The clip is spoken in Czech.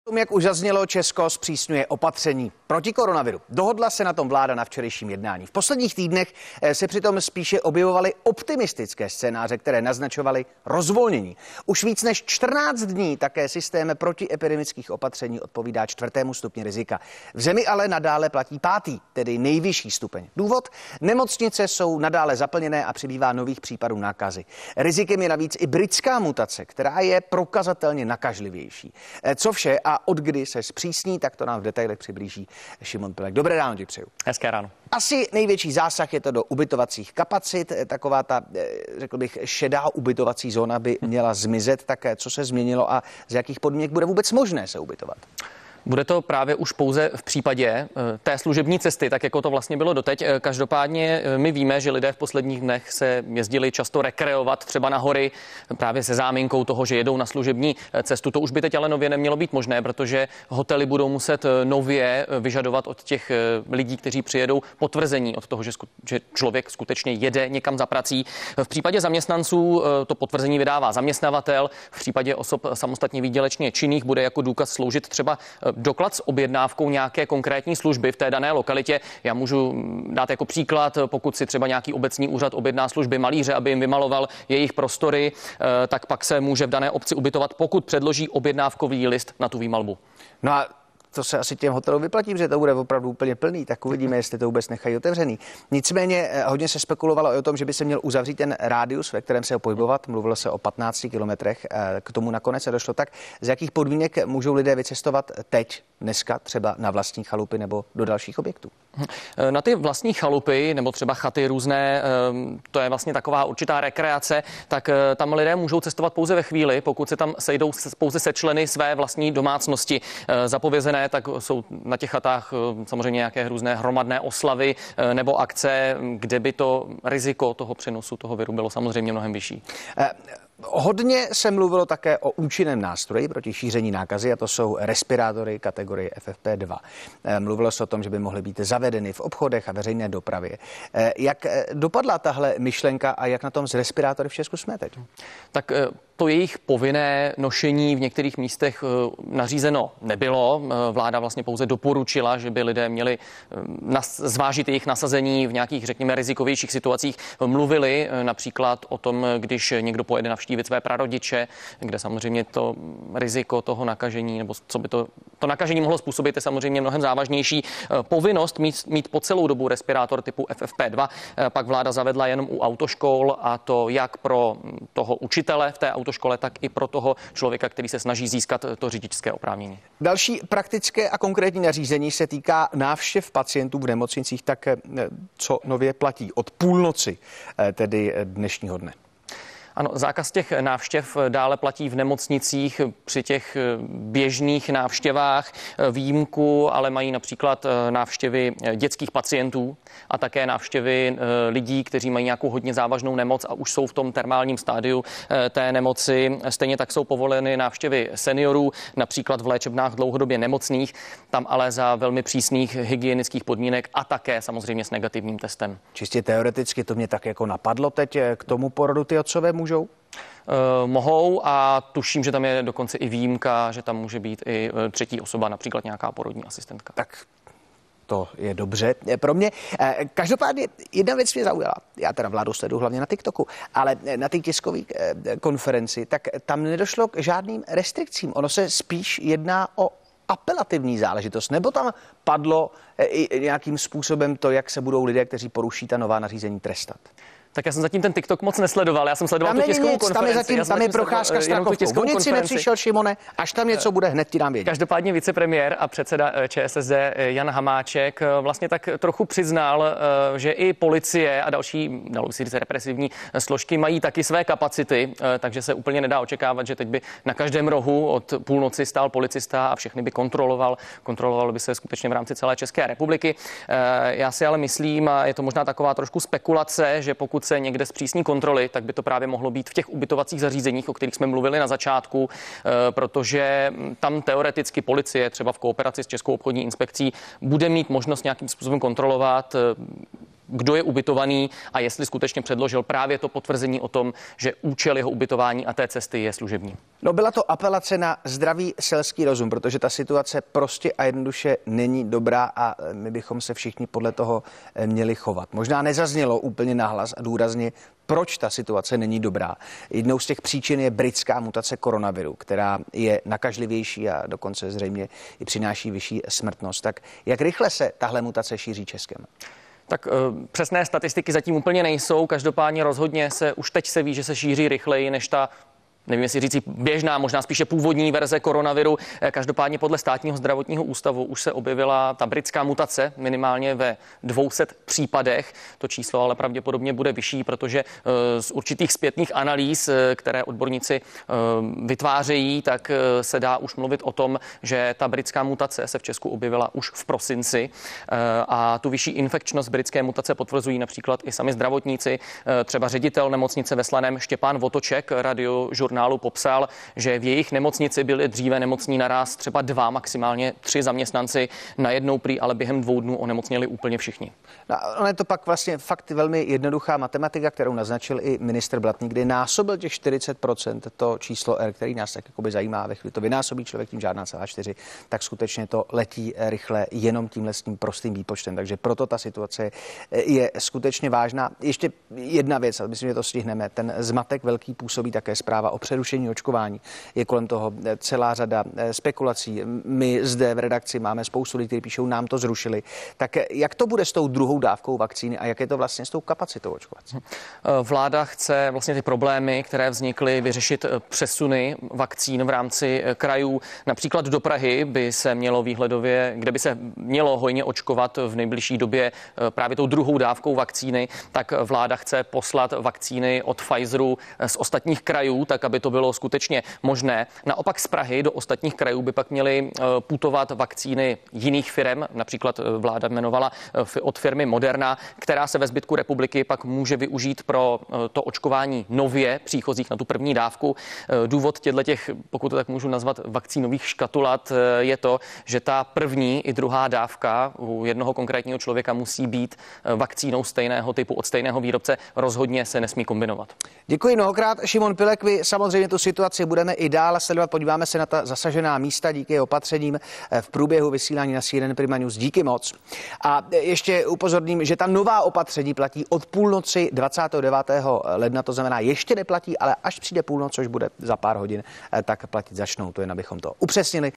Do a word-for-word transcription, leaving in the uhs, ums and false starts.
Jak už zaznělo, Česko zpřísňuje opatření proti koronaviru. Dohodla se na tom vláda na včerejším jednání. V posledních týdnech se přitom spíše objevovaly optimistické scénáře, které naznačovaly rozvolnění. Už víc než čtrnáct dní také systém protiepidemických opatření odpovídá čtvrtému stupni rizika. V zemi ale nadále platí pátý, tedy nejvyšší stupeň. Důvod? Nemocnice jsou nadále zaplněné a přibývá nových případů nákazy. Rizikem je navíc i britská mutace, která je prokazatelně nakažlivější. Co vše a od kdy se zpřísní, tak to nám v detailech přiblíží Šimon Pilek. Dobré ráno ti přeju. Hezké ráno. Asi největší zásah je to do ubytovacích kapacit. Taková ta, řekl bych, šedá ubytovací zóna by měla zmizet. Tak co se změnilo a z jakých podmínek bude vůbec možné se ubytovat? Bude to právě už pouze v případě té služební cesty, tak jako to vlastně bylo doteď. Každopádně my víme, že lidé v posledních dnech se jezdili často rekreovat třeba na hory právě se záminkou toho, že jedou na služební cestu. To už by teď ale nově nemělo být možné, protože hotely budou muset nově vyžadovat od těch lidí, kteří přijedou, potvrzení od toho, že, sku- že člověk skutečně jede někam za prací. V případě zaměstnanců to potvrzení vydává zaměstnavatel. V případě osob samostatně výdělečně činných bude jako důkaz sloužit třeba doklad s objednávkou nějaké konkrétní služby v té dané lokalitě. Já můžu dát jako příklad, pokud si třeba nějaký obecní úřad objedná služby malíře, aby jim vymaloval jejich prostory, tak pak se může v dané obci ubytovat, pokud předloží objednávkový list na tu výmalbu. No a to se asi těm hotelům vyplatí, protože to bude opravdu úplně plný, tak uvidíme, jestli to vůbec nechají otevřený. Nicméně hodně se spekulovalo o tom, že by se měl uzavřít ten rádius, ve kterém se ho pohybovat. Mluvilo se o patnácti kilometrech, k tomu nakonec se došlo. Tak z jakých podmínek můžou lidé vycestovat teď, dneska, třeba na vlastní chalupy nebo do dalších objektů? Na ty vlastní chalupy nebo třeba chaty různé, to je vlastně taková určitá rekreace, tak tam lidé můžou cestovat pouze ve chvíli, pokud se tam sejdou pouze se členy své vlastní domácnosti. Zapovězené, tak jsou na těch chatách samozřejmě nějaké různé hromadné oslavy nebo akce, kde by to riziko toho přenosu toho viru bylo samozřejmě mnohem vyšší. Eh. Hodně se mluvilo také o účinném nástroji proti šíření nákazy, a to jsou respirátory kategorie F F P dva. Mluvilo se o tom, že by mohly být zavedeny v obchodech a veřejné dopravě. Jak dopadla tahle myšlenka a jak na tom s respirátory v Česku jsme teď? Tak to jejich povinné nošení v některých místech nařízeno nebylo. Vláda vlastně pouze doporučila, že by lidé měli zvážit jejich nasazení v nějakých, řekněme, rizikovějších situacích. Mluvili například o tom, když někdo pojede navštívit své prarodiče, kde samozřejmě to riziko toho nakažení, nebo co by to, to nakažení mohlo způsobit, je samozřejmě mnohem závažnější. Povinnost mít, mít po celou dobu respirátor typu F F P dva pak vláda zavedla jenom u autoškol, a to jak pro toho učitele v té autoškole, tak i pro toho člověka, který se snaží získat to řidičské oprávnění. Další praktické a konkrétní nařízení se týká návštěv pacientů v nemocnicích, tak co nově platí od půlnoci, tedy dnešního dne. Ano, zákaz těch návštěv dále platí v nemocnicích při těch běžných návštěvách. Výjimku ale mají například návštěvy dětských pacientů a také návštěvy lidí, kteří mají nějakou hodně závažnou nemoc a už jsou v tom termálním stádiu té nemoci. Stejně tak jsou povoleny návštěvy seniorů, například v léčebnách dlouhodobě nemocných, tam ale za velmi přísných hygienických podmínek a také samozřejmě s negativním testem. Čistě teoreticky to mě tak jako napadlo teď, k tomu porodu ty otcové můžou? Uh, mohou a tuším, že tam je dokonce i výjimka, že tam může být i třetí osoba, například nějaká porodní asistentka. Tak to je dobře. Pro mě každopádně jedna věc mě zaujala. Já teda vládu sleduju hlavně na TikToku, ale na té tiskové konferenci, tak tam nedošlo k žádným restrikcím. Ono se spíš jedná o apelativní záležitost, nebo tam padlo i nějakým způsobem to, jak se budou lidé, kteří poruší ta nová nařízení, trestat? Tak já jsem zatím ten TikTok moc nesledoval, já jsem sledoval tu tiskovou nic, konferenci. Tam je zatím, tam je procházka s Strakovkou. O nic si nepřišel, Šimone, až tam něco bude, hned ti dám vědět. Každopádně vicepremiér a předseda Č S S D Jan Hamáček vlastně tak trochu přiznal, že i policie a další, dalo si říct, represivní složky mají taky své kapacity, takže se úplně nedá očekávat, že teď by na každém rohu od půlnoci stál policista a všechny by kontroloval. Kontroloval by se skutečně v rámci celé České republiky. Já si ale myslím, a je to možná taková trošku spekulace, že pokud se někde zpřísní kontroly, tak by to právě mohlo být v těch ubytovacích zařízeních, o kterých jsme mluvili na začátku, protože tam teoreticky policie třeba v kooperaci s Českou obchodní inspekcí bude mít možnost nějakým způsobem kontrolovat kdo je ubytovaný a jestli skutečně předložil právě to potvrzení o tom, že účel jeho ubytování a té cesty je služební. No, byla to apelace na zdravý selský rozum, protože ta situace prostě a jednoduše není dobrá a my bychom se všichni podle toho měli chovat. Možná nezaznělo úplně nahlas a důrazně, proč ta situace není dobrá. Jednou z těch příčin je britská mutace koronaviru, která je nakažlivější a dokonce zřejmě i přináší vyšší smrtnost. Tak jak rychle se tahle mutace šíří Českem? Tak e, přesné statistiky zatím úplně nejsou. Každopádně rozhodně se už teď se ví, že se šíří rychleji než ta, nevím, jestli říct běžná, možná spíše původní verze koronaviru. Každopádně podle státního zdravotního ústavu už se objevila ta britská mutace minimálně ve dvou set případech. To číslo ale pravděpodobně bude vyšší, protože z určitých zpětných analýz, které odborníci vytvářejí, tak se dá už mluvit o tom, že ta britská mutace se v Česku objevila už v prosinci a tu vyšší infekčnost britské mutace potvrzují například i sami zdravotníci. Třeba ředitel nemocnice ve Slaném Štěpán Votoček Radiožurnálu popsal, že v jejich nemocnici byli dříve nemocní naráz třeba dva, maximálně tři zaměstnanci, najednou prý, ale během dvou dnů onemocněli úplně všichni. No, ono je to pak vlastně fakt velmi jednoduchá matematika, kterou naznačil i ministr Blatný, kdy násobil těch čtyřicet procent to číslo R, který nás tak jakoby zajímá, ve chvíli to vynásobí člověk tím žádná celá čtyři, tak skutečně to letí rychle jenom tímhle s tím prostým výpočtem. Takže proto ta situace je skutečně vážná. Ještě jedna věc, ale myslím, že to stihneme. Ten zmatek velký působí také zpráva o přerušení očkování. Je kolem toho celá řada spekulací. My zde v redakci máme spoustu lidí, kteří píšou, nám to zrušili. Tak jak to bude s tou druhou dávkou vakcíny a jak je to vlastně s tou kapacitou očkovací? Vláda chce vlastně ty problémy, které vznikly, vyřešit přesuny vakcín v rámci krajů. Například do Prahy by se mělo výhledově, kde by se mělo hojně očkovat v nejbližší době právě tou druhou dávkou vakcíny, tak vláda chce poslat vakcíny od Pfizeru z ostatních krajů, tak aby to bylo skutečně možné. Naopak z Prahy do ostatních krajů by pak měly putovat vakcíny jiných firem, například vláda jmenovala od firmy Moderna, která se ve zbytku republiky pak může využít pro to očkování nově příchozích na tu první dávku. Důvod těch, pokud to tak můžu nazvat, vakcínových škatulat je to, že ta první i druhá dávka u jednoho konkrétního člověka musí být vakcínou stejného typu od stejného výrobce. Rozhodně se nesmí kombinovat. Děkuji mnohokrát, Šimon Pilek. Vy samozřejmě tu situaci budeme i dál sledovat. Podíváme se na ta zasažená místa díky opatřením v průběhu vysílání na C N N Prima News. Díky moc. A ještě upozorním, že ta nová opatření platí od půlnoci dvacátého devátého ledna, to znamená ještě neplatí, ale až přijde půlnoc, což bude za pár hodin, tak platit začnou. To jen abychom to upřesnili.